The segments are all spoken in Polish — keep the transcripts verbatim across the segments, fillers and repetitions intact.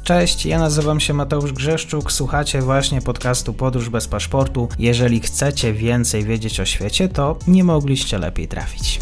Cześć, ja nazywam się Mateusz Grzeszczuk, słuchacie właśnie podcastu Podróż bez paszportu. Jeżeli chcecie więcej wiedzieć o świecie, to nie mogliście lepiej trafić.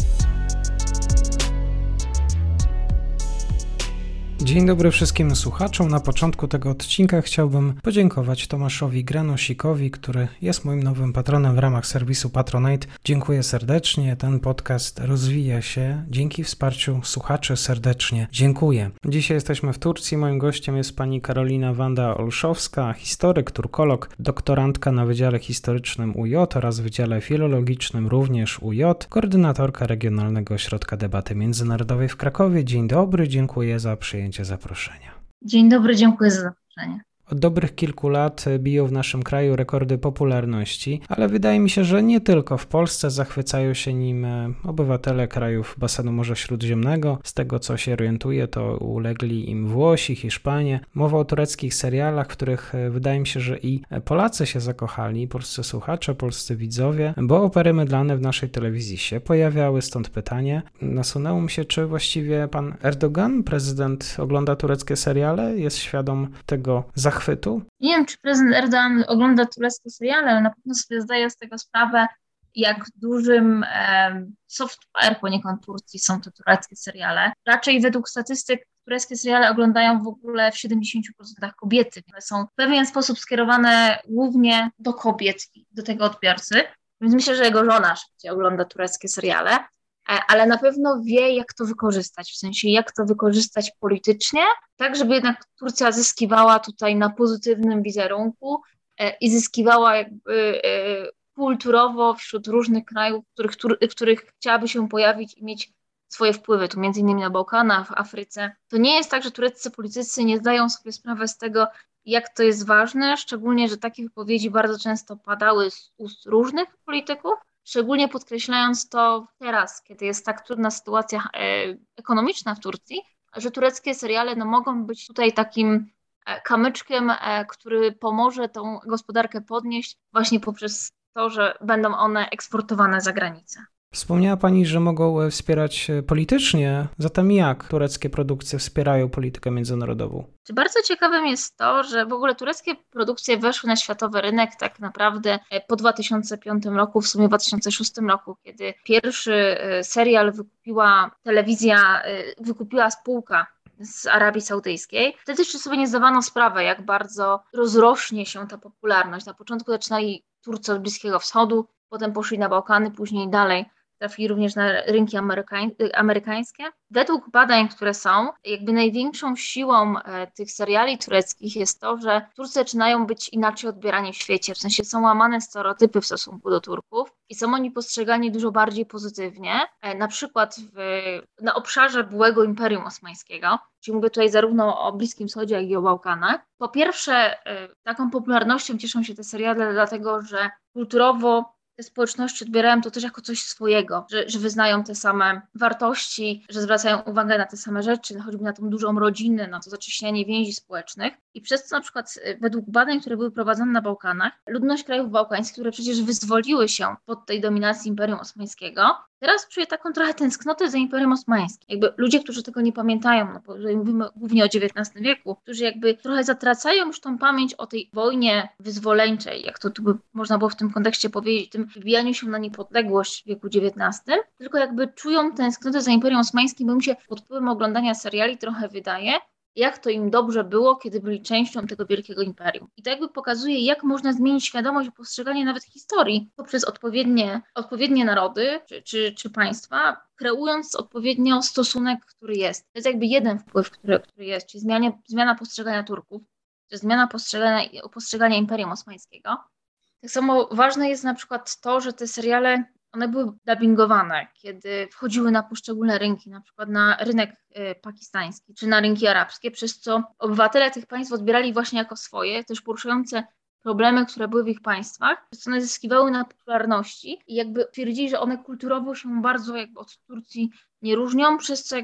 Dzień dobry wszystkim słuchaczom. Na początku tego odcinka chciałbym podziękować Tomaszowi Granosikowi, który jest moim nowym patronem w ramach serwisu Patronite. Dziękuję serdecznie. Ten podcast rozwija się dzięki wsparciu słuchaczy. Serdecznie dziękuję. Dzisiaj jesteśmy w Turcji. Moim gościem jest pani Karolina Wanda Olszowska, historyk, turkolog, doktorantka na Wydziale Historycznym U J oraz Wydziale Filologicznym również U J, koordynatorka Regionalnego Ośrodka Debaty Międzynarodowej w Krakowie. Dzień dobry, dziękuję za przyjęcie zaproszenia. Dzień dobry, dziękuję za zaproszenie. Od dobrych kilku lat biją w naszym kraju rekordy popularności, ale wydaje mi się, że nie tylko w Polsce zachwycają się nim obywatele krajów basenu Morza Śródziemnego. Z tego co się orientuję, to ulegli im Włosi, Hiszpanie. Mowa o tureckich serialach, w których wydaje mi się, że i Polacy się zakochali, polscy słuchacze, polscy widzowie, bo opery mydlane w naszej telewizji się pojawiały, stąd pytanie. Nasunęło mi się, czy właściwie pan Erdogan, prezydent, ogląda tureckie seriale, jest świadom tego zachwytu. Chwytu? Nie wiem, czy prezydent Erdogan ogląda tureckie seriale, ale na pewno sobie zdaje z tego sprawę, jak dużym e, software poniekąd Turcji są te tureckie seriale. Raczej według statystyk tureckie seriale oglądają w ogóle w siedemdziesiąt procent kobiety, które są w pewien sposób skierowane głównie do kobiet i do tego odbiorcy. Więc myślę, że jego żona szybciej ogląda tureckie seriale, ale na pewno wie, jak to wykorzystać, w sensie jak to wykorzystać politycznie, tak żeby jednak Turcja zyskiwała tutaj na pozytywnym wizerunku i zyskiwała jakby kulturowo wśród różnych krajów, w których, w których chciałaby się pojawić i mieć swoje wpływy, tu między innymi na Bałkanach, w Afryce. To nie jest tak, że tureccy politycy nie zdają sobie sprawy z tego, jak to jest ważne, szczególnie, że takie wypowiedzi bardzo często padały z ust różnych polityków, szczególnie podkreślając to teraz, kiedy jest tak trudna sytuacja e, ekonomiczna w Turcji, że tureckie seriale no, mogą być tutaj takim e, kamyczkiem, e, który pomoże tą gospodarkę podnieść właśnie poprzez to, że będą one eksportowane za granicę. Wspomniała pani, że mogą wspierać politycznie, zatem jak tureckie produkcje wspierają politykę międzynarodową? Bardzo ciekawym jest to, że w ogóle tureckie produkcje weszły na światowy rynek tak naprawdę po dwa tysiące piątym roku, w sumie dwa tysiące szóstym roku, kiedy pierwszy serial wykupiła telewizja, wykupiła spółka z Arabii Saudyjskiej. Wtedy jeszcze sobie nie zdawano sprawy, jak bardzo rozrośnie się ta popularność. Na początku zaczynali Turcy od Bliskiego Wschodu, potem poszli na Bałkany, później dalej trafili również na rynki amerykań, amerykańskie. Według badań, które są, jakby największą siłą e, tych seriali tureckich jest to, że Turcy zaczynają być inaczej odbierani w świecie, w sensie są łamane stereotypy w stosunku do Turków i są oni postrzegani dużo bardziej pozytywnie, e, na przykład w, na obszarze byłego Imperium Osmańskiego, czyli mówię tutaj zarówno o Bliskim Wschodzie, jak i o Bałkanach. Po pierwsze, e, taką popularnością cieszą się te seriale, dlatego że kulturowo te społeczności odbierają to też jako coś swojego, że, że wyznają te same wartości, że zwracają uwagę na te same rzeczy, choćby na tą dużą rodzinę, na to zacieśnianie więzi społecznych. I przez to na przykład według badań, które były prowadzone na Bałkanach, ludność krajów bałkańskich, które przecież wyzwoliły się pod tej dominacji Imperium Osmańskiego, teraz czuje taką trochę tęsknotę za Imperium Osmańskim. Jakby ludzie, którzy tego nie pamiętają, no bo tutaj mówimy głównie o dziewiętnastym wieku, którzy jakby trochę zatracają już tą pamięć o tej wojnie wyzwoleńczej, jak to tu by można było w tym kontekście powiedzieć, tym wybijaniu się na niepodległość w wieku dziewiętnastym, tylko jakby czują tęsknotę za Imperium Osmańskim, bo mi się pod wpływem oglądania seriali trochę wydaje, jak to im dobrze było, kiedy byli częścią tego wielkiego imperium. I to jakby pokazuje, jak można zmienić świadomość i postrzeganie nawet historii poprzez odpowiednie, odpowiednie narody czy, czy, czy państwa, kreując odpowiednio stosunek, który jest. To jest jakby jeden wpływ, który, który jest, czyli zmiana, zmiana postrzegania Turków, czy zmiana postrzegania, postrzegania Imperium Osmańskiego. Tak samo ważne jest na przykład to, że te seriale one były dubbingowane, kiedy wchodziły na poszczególne rynki, na przykład na rynek y, pakistański czy na rynki arabskie, przez co obywatele tych państw odbierali właśnie jako swoje, też poruszające problemy, które były w ich państwach, przez co one zyskiwały na popularności i jakby twierdzili, że one kulturowo się bardzo jakby od Turcji nie różnią, przez co jakby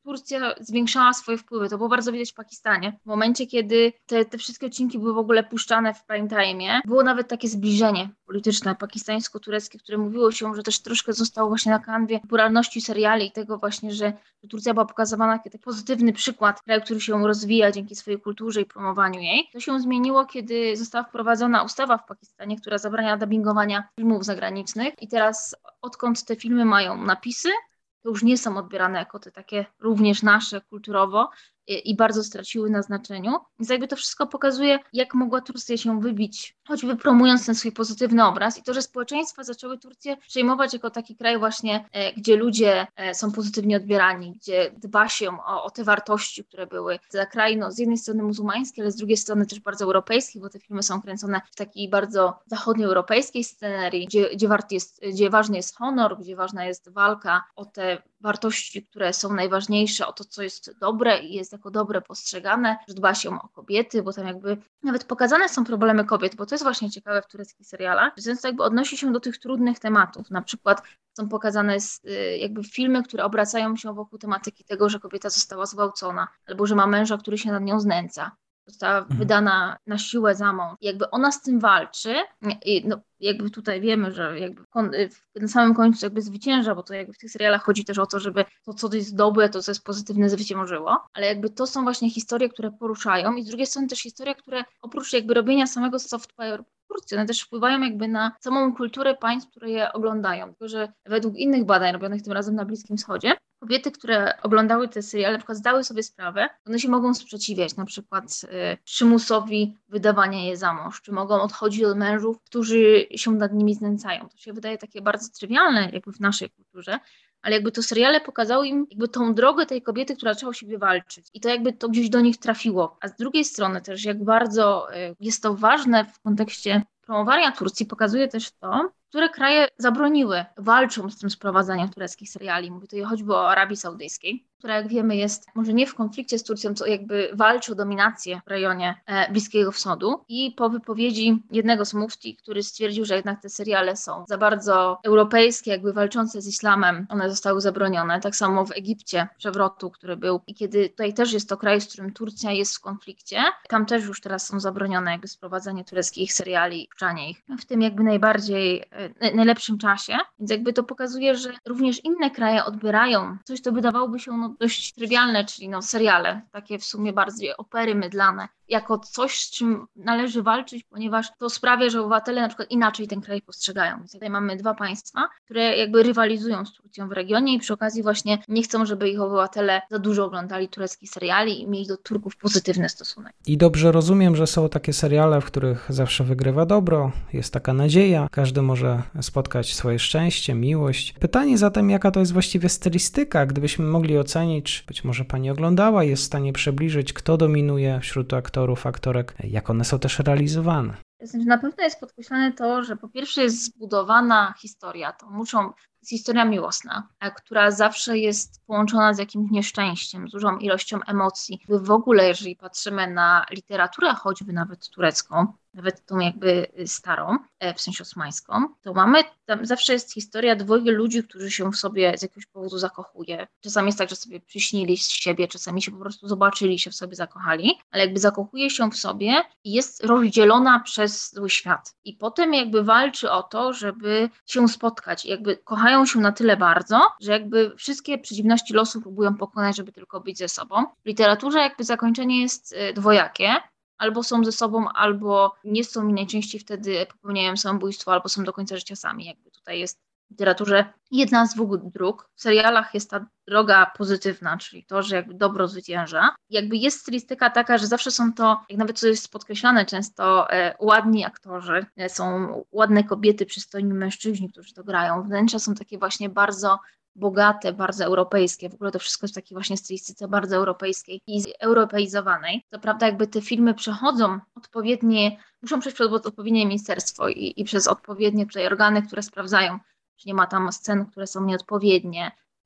Turcja zwiększała swoje wpływy. To było bardzo widać w Pakistanie. W momencie, kiedy te, te wszystkie odcinki były w ogóle puszczane w prime time, było nawet takie zbliżenie polityczne pakistańsko-tureckie, które mówiło się, że też troszkę zostało właśnie na kanwie popularności seriali i tego właśnie, że, że Turcja była pokazywana jako taki pozytywny przykład kraju, który się rozwija dzięki swojej kulturze i promowaniu jej. To się zmieniło, kiedy została wprowadzona ustawa w Pakistanie, która zabrania dubbingowania filmów zagranicznych i teraz odkąd te filmy mają napisy, to już nie są odbierane jako te takie również nasze kulturowo i, i bardzo straciły na znaczeniu. Więc jakby to wszystko pokazuje, jak mogła Turcja się wybić, choćby promując ten swój pozytywny obraz i to, że społeczeństwa zaczęły Turcję przejmować jako taki kraj właśnie, e, gdzie ludzie e, są pozytywnie odbierani, gdzie dba się o, o te wartości, które były za kraj, no, z jednej strony muzułmański, ale z drugiej strony też bardzo europejski, bo te filmy są kręcone w takiej bardzo zachodnioeuropejskiej scenerii, gdzie, gdzie, wart jest, gdzie ważny jest honor, gdzie ważna jest walka o te wartości, które są najważniejsze, o to, co jest dobre i jest jako dobre postrzegane, że dba się o kobiety, bo tam jakby nawet pokazane są problemy kobiet, bo to jest właśnie ciekawe w tureckich serialach, że często jakby odnosi się do tych trudnych tematów, na przykład są pokazane jakby filmy, które obracają się wokół tematyki tego, że kobieta została zgwałcona, albo że ma męża, który się nad nią znęca. Została Mhm. wydana na siłę za mąż. Jakby ona z tym walczy i no, jakby tutaj wiemy, że jakby na samym końcu jakby zwycięża, bo to jakby w tych serialach chodzi też o to, żeby to, co jest dobre, to, co jest pozytywne, zwyciężyło, ale jakby to są właśnie historie, które poruszają i z drugiej strony też historie, które oprócz jakby robienia samego soft power Turcji, one też wpływają jakby na samą kulturę państw, które je oglądają. Tylko że według innych badań robionych tym razem na Bliskim Wschodzie, kobiety, które oglądały te seriale, na przykład zdały sobie sprawę, one się mogą sprzeciwiać na przykład y, przymusowi wydawania je za mąż, czy mogą odchodzić od mężów, którzy się nad nimi znęcają. To się wydaje takie bardzo trywialne jakby w naszej kulturze, ale jakby to seriale pokazały im jakby tą drogę tej kobiety, która zaczęła o siebie walczyć. I to jakby to gdzieś do nich trafiło. A z drugiej strony też jak bardzo y, jest to ważne w kontekście promowania Turcji, pokazuje też to, które kraje zabroniły, walczą z tym sprowadzaniem tureckich seriali. Mówię tutaj choćby o Arabii Saudyjskiej, która jak wiemy jest może nie w konflikcie z Turcją, co jakby walczy o dominację w rejonie e, Bliskiego Wschodu. I po wypowiedzi jednego z mufti, który stwierdził, że jednak te seriale są za bardzo europejskie, jakby walczące z islamem, one zostały zabronione. Tak samo w Egipcie przewrotu, który był i kiedy tutaj też jest to kraj, z którym Turcja jest w konflikcie, tam też już teraz są zabronione jakby sprowadzanie tureckich seriali i puszczanie ich w tym jakby najbardziej najlepszym czasie, więc jakby to pokazuje, że również inne kraje odbierają coś, co wydawałoby się no, dość trywialne, czyli no, seriale, takie w sumie bardziej opery mydlane, jako coś, z czym należy walczyć, ponieważ to sprawia, że obywatele na przykład inaczej ten kraj postrzegają. Więc tutaj mamy dwa państwa, które jakby rywalizują z Turcją w regionie i przy okazji właśnie nie chcą, żeby ich obywatele za dużo oglądali tureckich seriali i mieli do Turków pozytywny stosunek. I dobrze rozumiem, że są takie seriale, w których zawsze wygrywa dobro, jest taka nadzieja, każdy może spotkać swoje szczęście, miłość. Pytanie zatem, jaka to jest właściwie stylistyka, gdybyśmy mogli ocenić, czy być może pani oglądała, jest w stanie przybliżyć, kto dominuje wśród aktorów, aktorek, jak one są też realizowane. Na pewno jest podkreślane to, że po pierwsze jest zbudowana historia, to muszą, jest historia miłosna, która zawsze jest połączona z jakimś nieszczęściem, z dużą ilością emocji. W ogóle, jeżeli patrzymy na literaturę, choćby nawet turecką, nawet tą jakby starą, w sensie osmańską, to mamy, tam zawsze jest historia dwojga ludzi, którzy się w sobie z jakiegoś powodu zakochuje. Czasami jest tak, że sobie przyśnili z siebie, czasami się po prostu zobaczyli, się w sobie zakochali, ale jakby zakochuje się w sobie i jest rozdzielona przez zły świat. I potem jakby walczy o to, żeby się spotkać. Jakby kochają się na tyle bardzo, że jakby wszystkie przeciwności losu próbują pokonać, żeby tylko być ze sobą. W literaturze jakby zakończenie jest dwojakie. Albo są ze sobą, albo nie są i najczęściej wtedy popełniają samobójstwo, albo są do końca życia sami. Jakby tutaj jest w literaturze jedna z dwóch dróg. W serialach jest ta droga pozytywna, czyli to, że jakby dobro zwycięża. Jakby jest stylistyka taka, że zawsze są to, jak nawet co jest podkreślane często, e, ładni aktorzy, e, są ładne kobiety, przystojni mężczyźni, którzy to grają. Wnętrza są takie właśnie bardzo bogate, bardzo europejskie. W ogóle to wszystko jest w takiej właśnie stylistyce bardzo europejskiej i europeizowanej. Co prawda jakby te filmy przechodzą odpowiednie, muszą przejść przez odpowiednie ministerstwo i, i przez odpowiednie tutaj organy, które sprawdzają, czy nie ma tam scen, które są nieodpowiednie,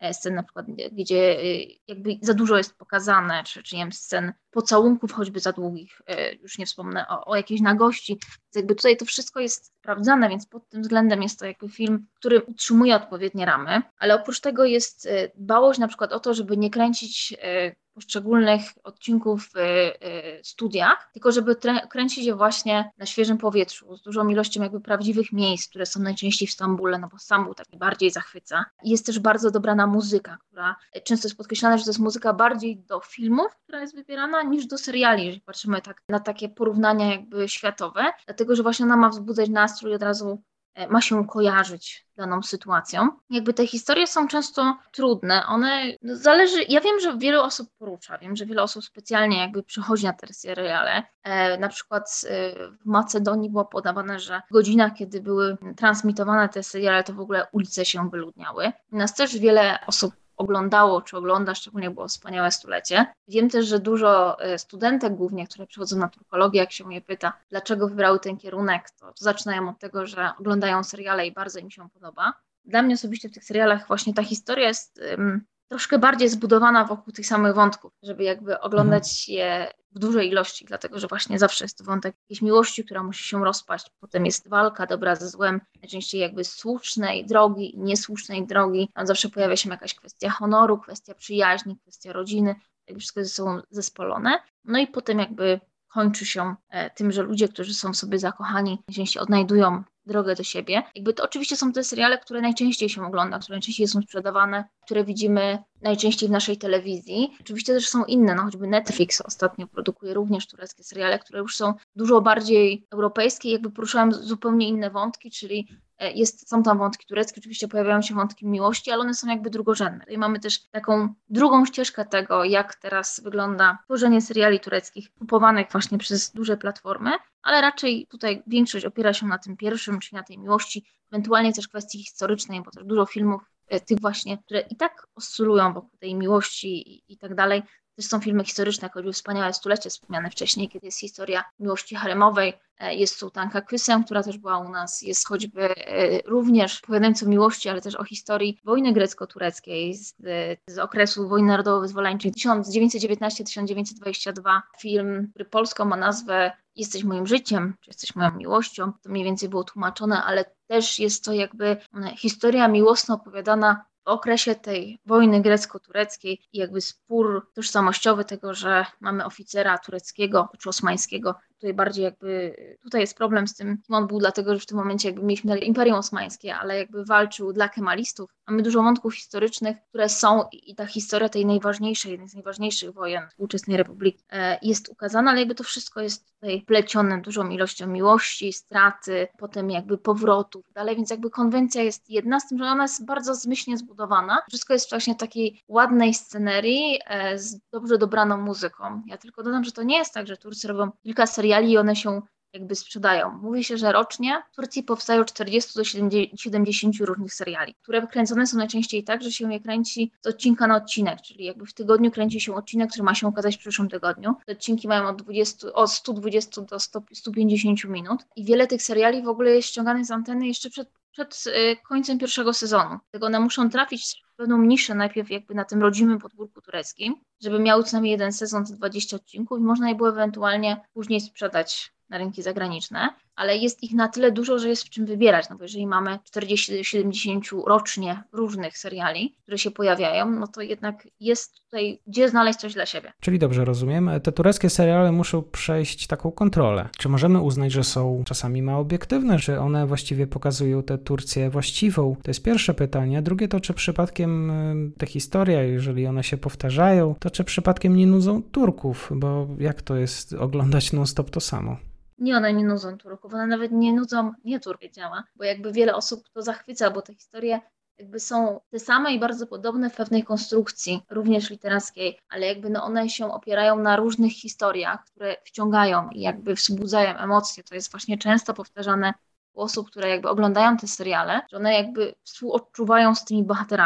scen na przykład, gdzie jakby za dużo jest pokazane, czy, czy nie wiem, scen pocałunków choćby za długich, już nie wspomnę o, o jakiejś nagości. Więc jakby tutaj to wszystko jest sprawdzane, więc pod tym względem jest to jakby film, który utrzymuje odpowiednie ramy, ale oprócz tego jest dbałość na przykład o to, żeby nie kręcić poszczególnych odcinków w studiach, tylko żeby tre- kręcić je właśnie na świeżym powietrzu, z dużą ilością jakby prawdziwych miejsc, które są najczęściej w Stambule, no bo Stambuł tak bardziej zachwyca. Jest też bardzo dobrana muzyka, która często jest podkreślana, że to jest muzyka bardziej do filmów, która jest wybierana, niż do seriali, jeżeli patrzymy tak na takie porównania jakby światowe, dlatego, że właśnie ona ma wzbudzać nastrój i od razu ma się kojarzyć daną sytuacją. Jakby te historie są często trudne, one no zależy, ja wiem, że wiele osób porusza, wiem, że wiele osób specjalnie jakby przychodzi na te seriale. E, na przykład e, w Macedonii było podawane, że w godzinach, kiedy były transmitowane te seriale, to w ogóle ulice się wyludniały. U nas też wiele osób oglądało, czy ogląda, szczególnie było Wspaniałe Stulecie. Wiem też, że dużo studentek głównie, które przychodzą na turkologię, jak się mnie pyta, dlaczego wybrały ten kierunek, to, to zaczynają od tego, że oglądają seriale i bardzo im się podoba. Dla mnie osobiście w tych serialach właśnie ta historia jest um, troszkę bardziej zbudowana wokół tych samych wątków, żeby jakby oglądać mhm. je w dużej ilości, dlatego że właśnie zawsze jest to wątek jakiejś miłości, która musi się rozpaść, potem jest walka dobra ze złem, najczęściej jakby słusznej drogi i niesłusznej drogi, tam zawsze pojawia się jakaś kwestia honoru, kwestia przyjaźni, kwestia rodziny, jakby wszystko jest ze sobą zespolone, no i potem jakby kończy się tym, że ludzie, którzy są w sobie zakochani, najczęściej odnajdują drogę do siebie. Jakby to oczywiście są te seriale, które najczęściej się ogląda, które najczęściej są sprzedawane, które widzimy najczęściej w naszej telewizji. Oczywiście też są inne, no choćby Netflix ostatnio produkuje również tureckie seriale, które już są dużo bardziej europejskie, jakby poruszają zupełnie inne wątki, czyli jest, są tam wątki tureckie, oczywiście pojawiają się wątki miłości, ale one są jakby drugorzędne. I mamy też taką drugą ścieżkę tego, jak teraz wygląda tworzenie seriali tureckich kupowanych właśnie przez duże platformy, ale raczej tutaj większość opiera się na tym pierwszym, czyli na tej miłości, ewentualnie też kwestii historycznej, bo też dużo filmów tych właśnie, które i tak oscylują wokół tej miłości i, i tak dalej. Też są filmy historyczne, jak choćby Wspaniałe Stulecie wspomniane wcześniej, kiedy jest historia miłości haremowej. Jest Sułtanka Kysem, która też była u nas. Jest choćby również opowiadając o miłości, ale też o historii wojny grecko-tureckiej z, z okresu wojny narodowo-wyzwoleńczej tysiąc dziewięćset dziewiętnaście do tysiąc dziewięćset dwudziestego drugiego. Film, który polską ma nazwę Jesteś moim życiem, czy jesteś moją miłością. To mniej więcej było tłumaczone, ale też jest to jakby historia miłosna opowiadana w okresie tej wojny grecko-tureckiej i jakby spór tożsamościowy tego, że mamy oficera tureckiego czy osmańskiego. Tutaj bardziej jakby, tutaj jest problem z tym, kim on był, dlatego że w tym momencie jakby mieliśmy Imperium Osmańskie, ale jakby walczył dla kemalistów. Mamy dużo wątków historycznych, które są i ta historia tej najważniejszej, jednej z najważniejszych wojen współczesnej Republiki jest ukazana, ale jakby to wszystko jest tutaj plecione dużą ilością miłości, straty, potem jakby powrotów dalej, więc jakby konwencja jest jedna, z tym, że ona jest bardzo zmyślnie zbudowana. Wszystko jest właśnie w takiej ładnej scenerii z dobrze dobraną muzyką. Ja tylko dodam, że to nie jest tak, że Turcy robią kilka seriali i one się jakby sprzedają. Mówi się, że rocznie w Turcji powstają czterdzieści do siedemdziesięciu różnych seriali, które kręcone są najczęściej tak, że się je kręci z odcinka na odcinek, czyli jakby w tygodniu kręci się odcinek, który ma się ukazać w przyszłym tygodniu. Te odcinki mają od, dwudziestu, od stu dwudziestu do stu pięćdziesięciu minut i wiele tych seriali w ogóle jest ściąganych z anteny jeszcze przed przed końcem pierwszego sezonu. Dlatego one muszą trafić w pewną niszę najpierw jakby na tym rodzimym podwórku tureckim, żeby miały co najmniej jeden sezon z dwudziestu odcinków i można je było ewentualnie później sprzedać na rynki zagraniczne, ale jest ich na tyle dużo, że jest w czym wybierać, no bo jeżeli mamy czterdzieści do siedemdziesięciu rocznie różnych seriali, które się pojawiają, no to jednak jest tutaj gdzie znaleźć coś dla siebie. Czyli dobrze rozumiem, te tureckie seriale muszą przejść taką kontrolę. Czy możemy uznać, że są czasami mało obiektywne, czy one właściwie pokazują tę Turcję właściwą? To jest pierwsze pytanie. Drugie to, czy przypadkiem te historie, jeżeli one się powtarzają, to czy przypadkiem nie nudzą Turków, bo jak to jest oglądać non-stop to samo? Nie, one nie nudzą Turków, one nawet nie nudzą nie Turków działa, bo jakby wiele osób to zachwyca, bo te historie jakby są te same i bardzo podobne w pewnej konstrukcji, również literackiej, ale jakby no one się opierają na różnych historiach, które wciągają i jakby wzbudzają emocje. To jest właśnie często powtarzane u osób, które jakby oglądają te seriale, że one jakby współodczuwają z tymi bohaterami.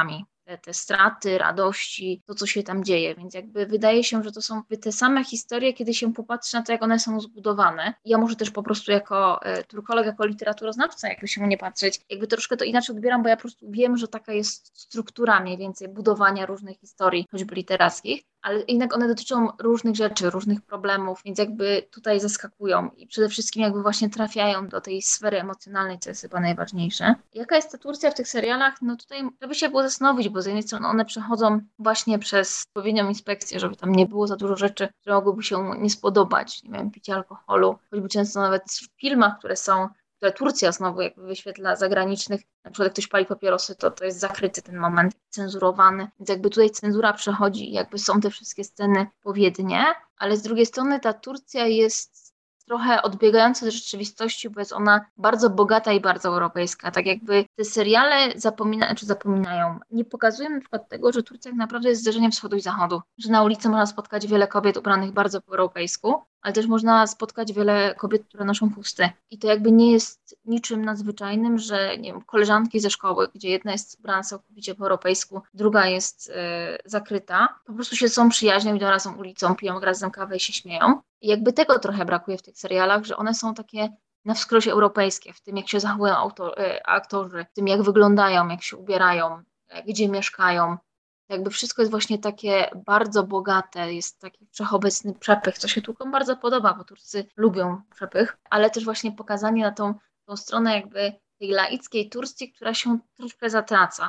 te, te straty, radości, to co się tam dzieje, więc jakby wydaje się, że to są te same historie, kiedy się popatrzy na to, jak one są zbudowane. Ja może też po prostu jako e, turkolog, jako literaturoznawca, jakby się nie patrzeć, jakby troszkę to inaczej odbieram, bo ja po prostu wiem, że taka jest struktura mniej więcej budowania różnych historii, choćby literackich, ale jednak one dotyczą różnych rzeczy, różnych problemów, więc jakby tutaj zaskakują i przede wszystkim jakby właśnie trafiają do tej sfery emocjonalnej, co jest chyba najważniejsze. Jaka jest ta Turcja w tych serialach? No tutaj trzeba się było zastanowić, bo z jednej strony one przechodzą właśnie przez odpowiednią inspekcję, żeby tam nie było za dużo rzeczy, które mogłyby się nie spodobać, nie wiem, picie alkoholu, choćby często nawet w filmach, które są które Turcja znowu jakby wyświetla zagranicznych, na przykład jak ktoś pali papierosy, to to jest zakryty ten moment, cenzurowany, więc jakby tutaj cenzura przechodzi i jakby są te wszystkie sceny odpowiednie, ale z drugiej strony ta Turcja jest trochę odbiegająca od rzeczywistości, bo jest ona bardzo bogata i bardzo europejska. Tak jakby te seriale zapomina, czy zapominają, nie pokazują na przykład tego, że Turcja tak naprawdę jest zderzeniem wschodu i zachodu. Że na ulicy można spotkać wiele kobiet ubranych bardzo po europejsku, ale też można spotkać wiele kobiet, które noszą chusty. I to jakby nie jest niczym nadzwyczajnym, że nie wiem, koleżanki ze szkoły, gdzie jedna jest ubrana całkowicie po europejsku, druga jest yy, zakryta, po prostu się są przyjaźnią, idą razem ulicą, piją razem kawę i się śmieją. I jakby tego trochę brakuje w tych serialach, że one są takie na wskroś europejskie, w tym jak się zachowują autor, yy, aktorzy, w tym jak wyglądają, jak się ubierają, yy, gdzie mieszkają. Jakby wszystko jest właśnie takie bardzo bogate, jest taki wszechobecny przepych, co się Turkom bardzo podoba, bo Turcy lubią przepych, ale też właśnie pokazanie na tą, tą stronę jakby tej laickiej Turcji, która się troszkę zatraca.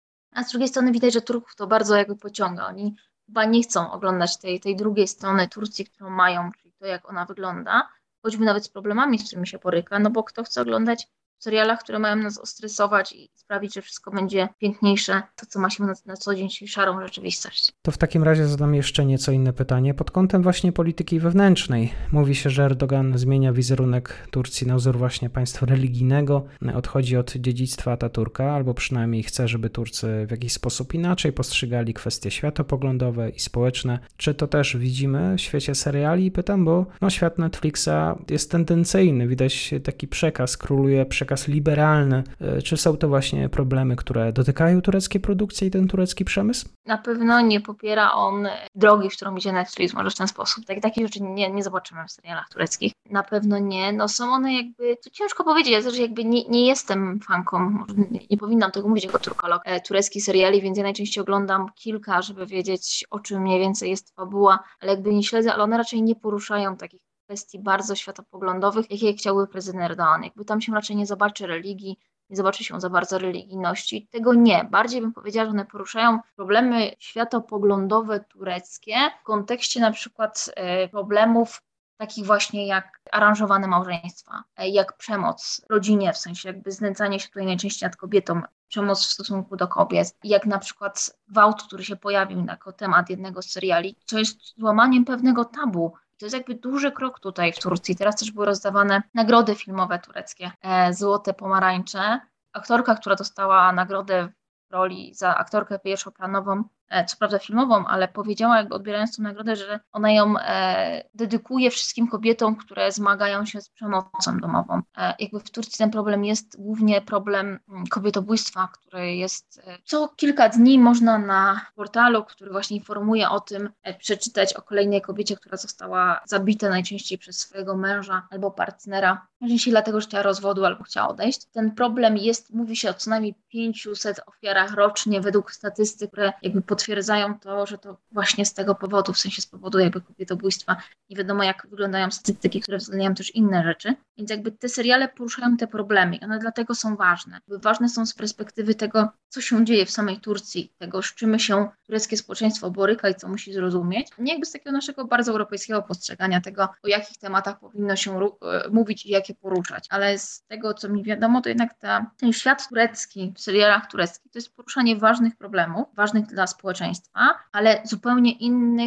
A z drugiej strony widać, że Turków to bardzo jakby pociąga. Oni chyba nie chcą oglądać tej, tej drugiej strony Turcji, którą mają, czyli to, jak ona wygląda, choćby nawet z problemami, z którymi się boryka, no bo kto chce oglądać w serialach, które mają nas ostresować i sprawić, że wszystko będzie piękniejsze, to co ma się na, na co dzień, czyli szarą rzeczywistość. To w takim razie zadam jeszcze nieco inne pytanie pod kątem właśnie polityki wewnętrznej. Mówi się, że Erdogan zmienia wizerunek Turcji na wzór właśnie państwa religijnego, odchodzi od dziedzictwa Ataturka, albo przynajmniej chce, żeby Turcy w jakiś sposób inaczej postrzegali kwestie światopoglądowe i społeczne. Czy to też widzimy w świecie seriali? Pytam, bo no, świat Netflixa jest tendencyjny, widać taki przekaz, króluje przekaz liberalny. Czy są to właśnie problemy, które dotykają tureckiej produkcji i ten turecki przemysł? Na pewno nie popiera on drogi, w którą idzie Netflix, może w ten sposób. Tak, takich rzeczy nie, nie zobaczymy w serialach tureckich. Na pewno nie. No są one jakby, to ciężko powiedzieć, ja też jakby nie, nie jestem fanką, może nie, nie powinnam tego mówić jako turkolog, e, tureckich seriali, więc ja najczęściej oglądam kilka, żeby wiedzieć, o czym mniej więcej jest fabuła, ale jakby nie śledzę, ale one raczej nie poruszają takich kwestii bardzo światopoglądowych, jakie chciałby prezydent Erdoğan. Jakby tam się raczej nie zobaczy religii, nie zobaczy się za bardzo religijności. Tego nie. Bardziej bym powiedziała, że one poruszają problemy światopoglądowe tureckie w kontekście na przykład e, problemów takich właśnie jak aranżowane małżeństwa, e, jak przemoc w rodzinie, w sensie jakby znęcanie się tutaj najczęściej nad kobietą, przemoc w stosunku do kobiet, jak na przykład gwałt, który się pojawił jako temat jednego z seriali, co jest złamaniem pewnego tabu. To jest jakby duży krok tutaj w Turcji. Teraz też były rozdawane nagrody filmowe tureckie, e, Złote Pomarańcze. Aktorka, która dostała nagrodę w roli za aktorkę pierwszoplanową, e, co prawda filmową, ale powiedziała, jakby odbierając tę nagrodę, że ona ją e, dedykuje wszystkim kobietom, które zmagają się z przemocą domową. E, jakby w Turcji ten problem jest głównie problem kobietobójstwa, który jest e, co kilka dni można na portalu, który właśnie informuje o tym, e, przeczytać o kolejnej kobiecie, która została zabita najczęściej przez swojego męża albo partnera, najczęściej dlatego, że chciała rozwodu albo chciała odejść. Ten problem jest, mówi się o co najmniej pięciuset ofiarach rocznie według statystyk, które jakby potwierdzają to, że to właśnie z tego powodu, w sensie z powodu jakby kobietobójstwa. Nie wiadomo, jak wyglądają statystyki, które uwzględniają też inne rzeczy. Więc jakby te seriale poruszają te problemy i one dlatego są ważne. Jakby ważne są z perspektywy tego, co się dzieje w samej Turcji, tego, z czym się tureckie społeczeństwo boryka i co musi zrozumieć. Nie jakby z takiego naszego bardzo europejskiego postrzegania tego, o jakich tematach powinno się ru- mówić i jakie poruszać. Ale z tego, co mi wiadomo, to jednak ta, ten świat turecki w serialach tureckich to jest poruszanie ważnych problemów, ważnych dla społeczeństwa, ale zupełnie innych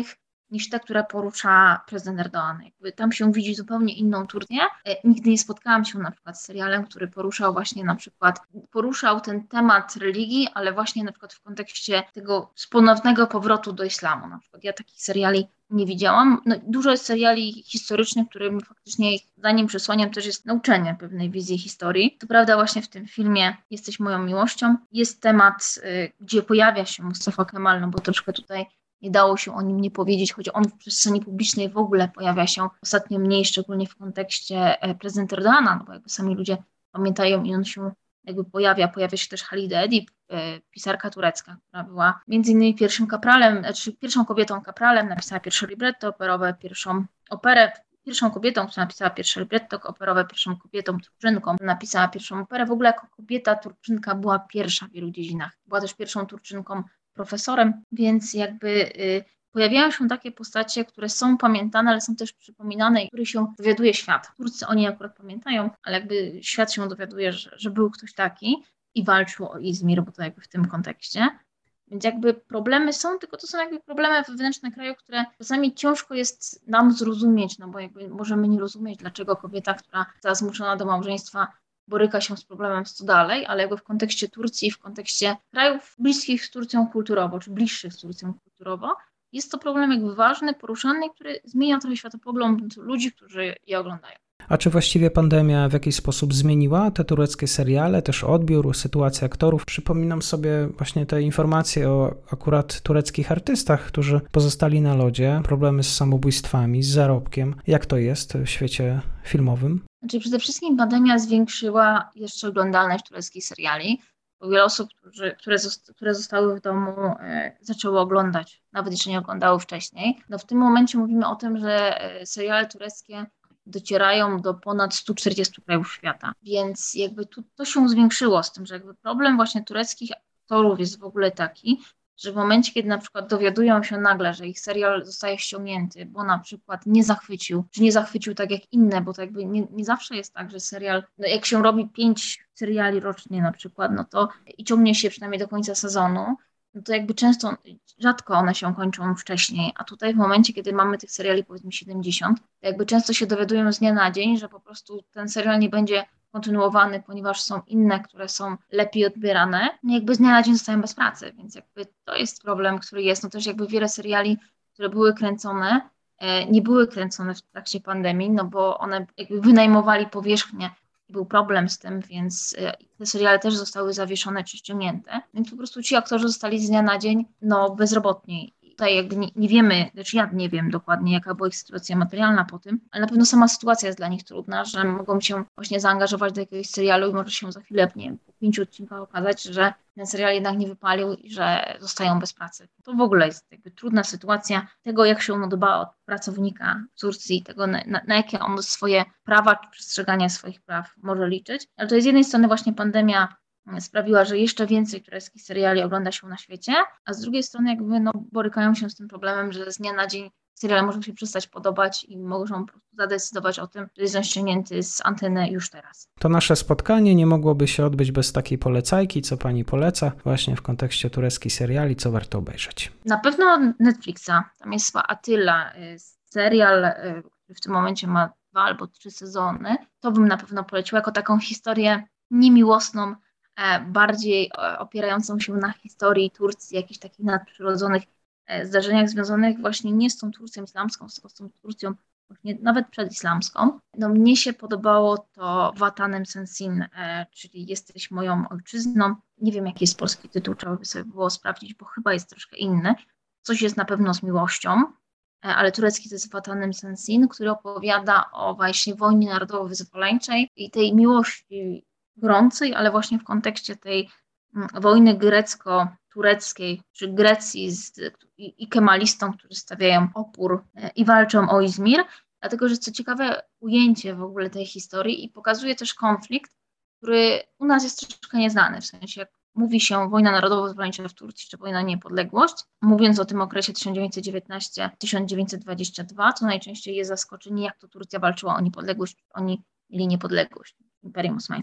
niż ta, która porusza prezydent Erdoğan. Jakby tam się widzi zupełnie inną Turcję. Nigdy nie spotkałam się na przykład z serialem, który poruszał właśnie na przykład, poruszał ten temat religii, ale właśnie na przykład w kontekście tego ponownego powrotu do islamu. Na przykład ja takich seriali nie widziałam. No, dużo jest seriali historycznych, którym faktycznie ich zdaniem przesłaniem też jest nauczenie pewnej wizji historii. To prawda, właśnie w tym filmie Jesteś moją miłością jest temat, y, gdzie pojawia się Mustafa Kemal, no bo troszkę tutaj nie dało się o nim nie powiedzieć, choć on w przestrzeni publicznej w ogóle pojawia się ostatnio mniej, szczególnie w kontekście prezydenta Erdoğana, no bo jakby sami ludzie pamiętają i on się jakby pojawia. Pojawia się też Halide Edip, pisarka turecka, która była między innymi pierwszym kapralem, znaczy pierwszą kobietą kapralem, napisała pierwsze libretto operowe, pierwszą operę, pierwszą kobietą, która napisała pierwsze libretto operowe, pierwszą kobietą Turczynką, napisała pierwszą operę. W ogóle jako kobieta Turczynka była pierwsza w wielu dziedzinach. Była też pierwszą Turczynką profesorem, więc jakby y, pojawiają się takie postacie, które są pamiętane, ale są też przypominane i których się dowiaduje świat. Turcy oni akurat pamiętają, ale jakby świat się dowiaduje, że, że był ktoś taki i walczył o Izmir, bo to jakby w tym kontekście. Więc jakby problemy są, tylko to są jakby problemy wewnętrzne kraju, które czasami ciężko jest nam zrozumieć, no bo jakby możemy nie rozumieć, dlaczego kobieta, która została zmuszona do małżeństwa, boryka się z problemem co dalej, ale jakby w kontekście Turcji, w kontekście krajów bliskich z Turcją kulturowo, czy bliższych z Turcją kulturowo, jest to problem jakby ważny, poruszany, który zmienia trochę światopogląd ludzi, którzy je oglądają. A czy właściwie pandemia w jakiś sposób zmieniła te tureckie seriale, też odbiór, sytuację aktorów? Przypominam sobie właśnie te informacje o akurat tureckich artystach, którzy pozostali na lodzie, problemy z samobójstwami, z zarobkiem. Jak to jest w świecie filmowym? Znaczy przede wszystkim pandemia zwiększyła jeszcze oglądalność tureckich seriali, bo wiele osób, którzy, które, zosta- które zostały w domu, e, zaczęły oglądać, nawet jeszcze nie oglądały wcześniej. No w tym momencie mówimy o tym, że e, seriale tureckie docierają do ponad stu czterdziestu krajów świata, więc jakby tu, to się zwiększyło z tym, że jakby problem właśnie tureckich aktorów jest w ogóle taki, że w momencie, kiedy na przykład dowiadują się nagle, że ich serial zostaje ściągnięty, bo na przykład nie zachwycił, czy nie zachwycił tak jak inne, bo to jakby nie, nie zawsze jest tak, że serial, no jak się robi pięć seriali rocznie na przykład, no to i ciągnie się przynajmniej do końca sezonu, no to jakby często, rzadko one się kończą wcześniej, a tutaj w momencie, kiedy mamy tych seriali powiedzmy siedemdziesiąt, to jakby często się dowiadują z dnia na dzień, że po prostu ten serial nie będzie kontynuowany, ponieważ są inne, które są lepiej odbierane, no jakby z dnia na dzień zostają bez pracy, więc jakby to jest problem, który jest. No też jakby wiele seriali, które były kręcone, nie były kręcone w trakcie pandemii, no bo one jakby wynajmowali powierzchnię i był problem z tym, więc te seriale też zostały zawieszone czy ściągnięte, więc po prostu ci aktorzy zostali z dnia na dzień no bezrobotni. Tutaj jakby nie, nie wiemy, znaczy ja nie wiem dokładnie, jaka była ich sytuacja materialna po tym, ale na pewno sama sytuacja jest dla nich trudna, że mogą się właśnie zaangażować do jakiegoś serialu i może się za chwilę, nie wiem, po pięciu odcinkach okazać, że ten serial jednak nie wypalił i że zostają bez pracy. To w ogóle jest jakby trudna sytuacja tego, jak się on dba od pracownika w Turcji, tego na, na, na jakie on swoje prawa czy przestrzegania swoich praw może liczyć. Ale to jest z jednej strony właśnie pandemia sprawiła, że jeszcze więcej tureckich seriali ogląda się na świecie, a z drugiej strony jakby no, borykają się z tym problemem, że z dnia na dzień seriale mogą się przestać podobać i mogą po prostu zadecydować o tym, że jest on ściągnięty z anteny już teraz. To nasze spotkanie nie mogłoby się odbyć bez takiej polecajki, co pani poleca właśnie w kontekście tureckich seriali, co warto obejrzeć. Na pewno Netflixa, tam jest chyba Attila, serial, który w tym momencie ma dwa albo trzy sezony, to bym na pewno poleciła jako taką historię niemiłosną, bardziej opierającą się na historii Turcji, jakichś takich nadprzyrodzonych zdarzeniach związanych właśnie nie z tą Turcją islamską, tylko z tą Turcją właśnie nawet przedislamską. No mnie się podobało to Vatanem Sensin, czyli Jesteś moją ojczyzną. Nie wiem, jaki jest polski tytuł, trzeba by sobie było sprawdzić, bo chyba jest troszkę inny. Coś jest na pewno z miłością, ale turecki to jest Vatanem Sensin, który opowiada o właśnie wojnie narodowo-wyzwoleńczej i tej miłości gorącej, ale właśnie w kontekście tej wojny grecko-tureckiej, czy Grecji z, i, i kemalistom, którzy stawiają opór i walczą o Izmir, dlatego że co ciekawe ujęcie w ogóle tej historii i pokazuje też konflikt, który u nas jest troszkę nieznany, w sensie jak mówi się wojna narodowo-wyzwoleńcza w Turcji, czy wojna niepodległość, mówiąc o tym okresie tysiąc dziewięćset dziewiętnasty do tysiąc dziewięćset dwudziestego drugiego, to najczęściej jest zaskoczenie, jak to Turcja walczyła o niepodległość, oni mieli niepodległość, Imperium Osmańskie.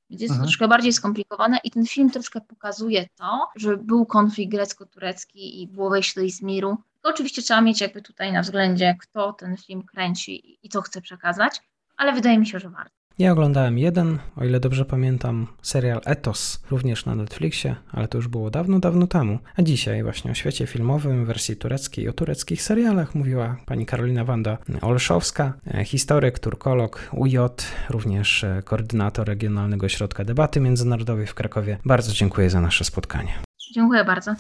Więc jest Mhm. to troszkę bardziej skomplikowane i ten film troszkę pokazuje to, że był konflikt grecko-turecki i było wejście do Izmiru. To oczywiście trzeba mieć jakby tutaj na względzie, kto ten film kręci i co chce przekazać, ale wydaje mi się, że warto. Ja oglądałem jeden, o ile dobrze pamiętam, serial Etos, również na Netflixie, ale to już było dawno, dawno temu. A dzisiaj właśnie o świecie filmowym, wersji tureckiej, o tureckich serialach mówiła pani Karolina Wanda Olszowska, historyk, turkolog, U J, również koordynator Regionalnego Ośrodka Debaty Międzynarodowej w Krakowie. Bardzo dziękuję za nasze spotkanie. Dziękuję bardzo.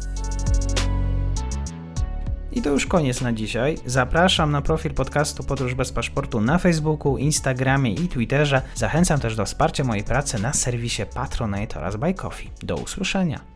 I to już koniec na dzisiaj. Zapraszam na profil podcastu Podróż bez paszportu na Facebooku, Instagramie i Twitterze. Zachęcam też do wsparcia mojej pracy na serwisie Patronite oraz Buy Coffee. Do usłyszenia.